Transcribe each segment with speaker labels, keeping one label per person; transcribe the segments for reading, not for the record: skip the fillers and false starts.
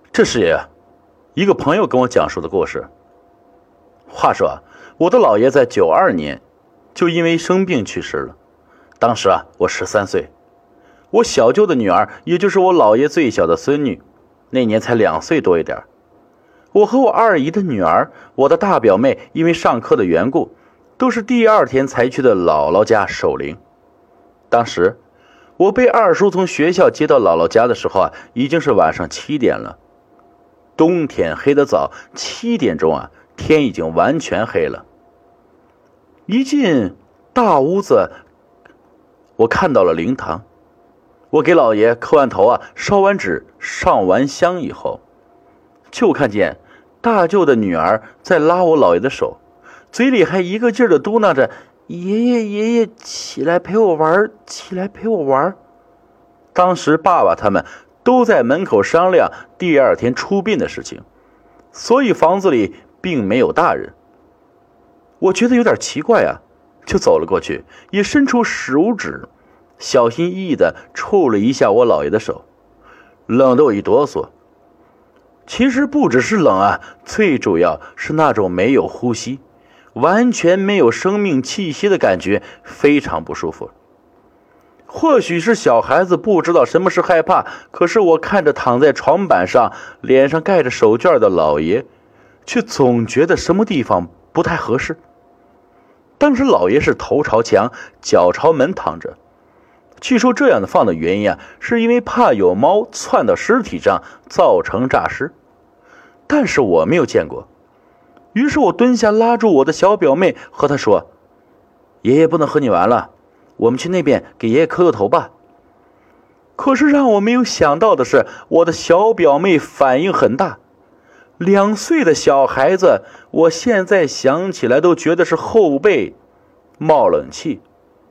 Speaker 1: 这是一个朋友跟我讲述的故事。话说我的姥爷在92年就因为生病去世了。当时我13岁，我小舅的女儿，也就是我姥爷最小的孙女，那年才2岁多一点。我和我二姨的女儿，我的大表妹，因为上课的缘故，都是第2天才去的姥姥家守灵。当时我被二叔从学校接到姥姥家的时候已经是晚上7点了。冬天黑得早，7点钟天已经完全黑了。一进大屋子，我看到了灵堂。我给老爷磕完头烧完纸，上完香以后，就看见大舅的女儿在拉我姥爷的手，嘴里还一个劲儿的嘟囔着：爷爷爷爷，起来陪我玩，起来陪我玩。当时爸爸他们都在门口商量第2天出殡的事情，所以房子里并没有大人。我觉得有点奇怪就走了过去，也伸出手指小心翼翼地触了一下我姥爷的手，冷得我一哆嗦。其实不只是冷最主要是那种没有呼吸，完全没有生命气息的感觉，非常不舒服。或许是小孩子不知道什么是害怕，可是我看着躺在床板上脸上盖着手绢的姥爷，却总觉得什么地方不太合适。当时姥爷是头朝墙，脚朝门躺着。据说这样的放的原因是因为怕有猫窜到尸体上造成诈尸，但是我没有见过。于是我蹲下拉住我的小表妹，和她说：爷爷不能和你玩了，我们去那边给爷爷磕个头吧。可是让我没有想到的是，我的小表妹反应很大。2岁的小孩子，我现在想起来都觉得是后背冒冷气。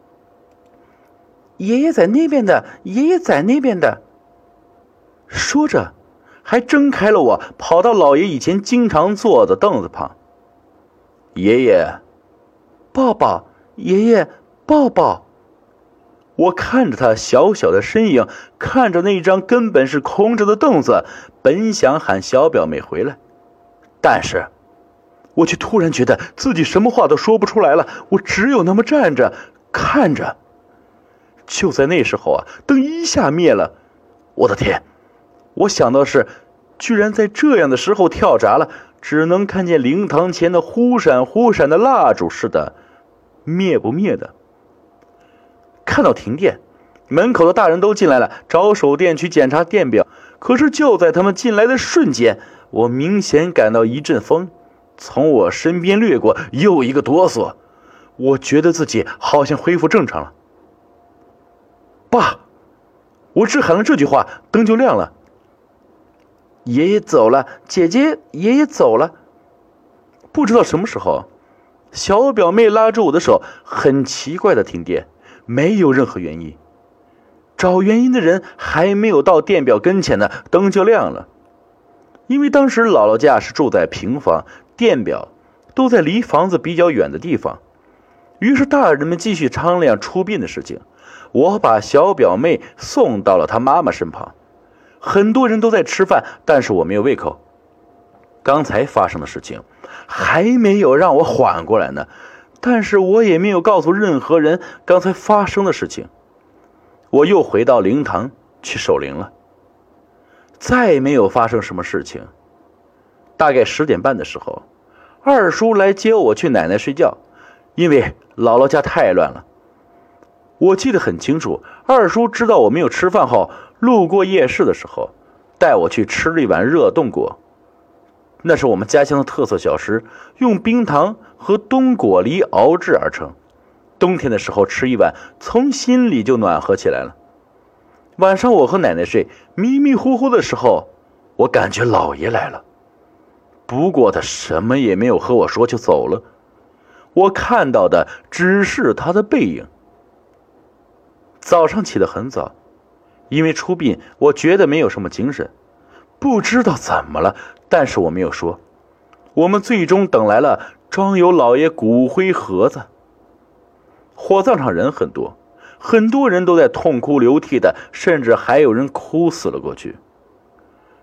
Speaker 1: 爷爷在那边的，爷爷在那边的。说着还挣开了我，跑到姥爷以前经常坐的凳子旁。爷爷抱抱，爷爷抱抱。我看着他小小的身影，看着那张根本是空着的凳子，本想喊小表妹回来，但是我却突然觉得自己什么话都说不出来了，我只有那么站着看着。就在那时候灯一下灭了。我的天，我想到是居然在这样的时候跳闸了，只能看见灵堂前的忽闪忽闪的蜡烛似的灭不灭的。看到停电，门口的大人都进来了，找手电去检查电表。可是就在他们进来的瞬间，我明显感到一阵风从我身边掠过，又一个哆嗦，我觉得自己好像恢复正常了。爸，我只喊了这句话，灯就亮了。爷爷走了，姐姐，爷爷走了。不知道什么时候，小表妹拉住我的手，很奇怪的停电，没有任何原因。找原因的人还没有到电表跟前呢，灯就亮了。因为当时姥姥家是住在平房，电表都在离房子比较远的地方。于是大人们继续商量出殡的事情。我把小表妹送到了她妈妈身旁。很多人都在吃饭，但是我没有胃口。刚才发生的事情还没有让我缓过来呢，但是我也没有告诉任何人刚才发生的事情。我又回到灵堂去守灵了。再没有发生什么事情。大概10点半的时候，二叔来接我去奶奶睡觉，因为姥姥家太乱了。我记得很清楚，二叔知道我没有吃饭后，路过夜市的时候，带我去吃了一碗热冻果。那是我们家乡的特色小食，用冰糖和冬果梨熬制而成。冬天的时候吃一碗，从心里就暖和起来了。晚上我和奶奶睡，迷迷糊糊的时候，我感觉姥爷来了。不过他什么也没有和我说就走了，我看到的只是他的背影。早上起得很早，因为出殡我觉得没有什么精神，不知道怎么了，但是我没有说。我们最终等来了装有姥爷骨灰盒子。火葬场人很多，很多人都在痛哭流涕的，甚至还有人哭死了过去。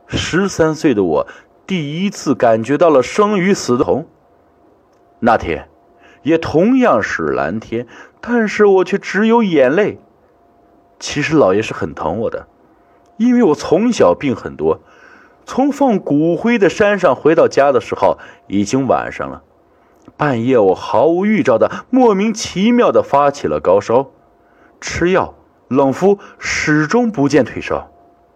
Speaker 1: 13岁的我第一次感觉到了生与死的不同。那天也同样是蓝天，但是我却只有眼泪。其实姥爷是很疼我的，因为我从小病很多，从放骨灰的山上回到家的时候已经晚上了。半夜我毫无预兆的莫名其妙的发起了高烧，吃药冷敷始终不见退烧。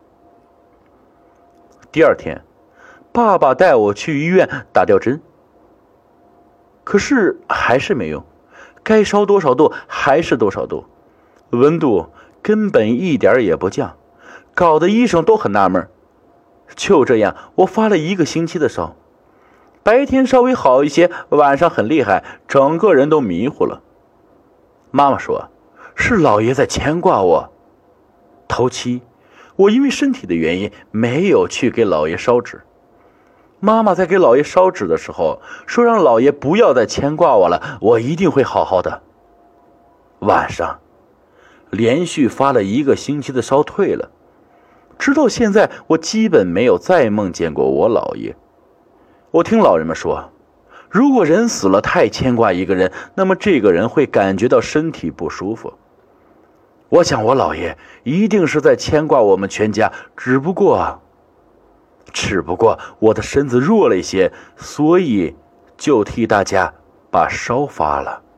Speaker 1: 第二天爸爸带我去医院打吊针，可是还是没用，该烧多少度还是多少度，温度根本一点也不降，搞得医生都很纳闷。就这样我发了1个星期的烧，白天稍微好一些，晚上很厉害，整个人都迷糊了。妈妈说是姥爷在牵挂我。头七我因为身体的原因没有去给姥爷烧纸。妈妈在给姥爷烧纸的时候说，让姥爷不要再牵挂我了，我一定会好好的。晚上连续发了1个星期的烧退了，直到现在我基本没有再梦见过我姥爷。我听老人们说，如果人死了太牵挂一个人，那么这个人会感觉到身体不舒服。我想我姥爷一定是在牵挂我们全家，只不过我的身子弱了一些，所以就替大家把烧发了。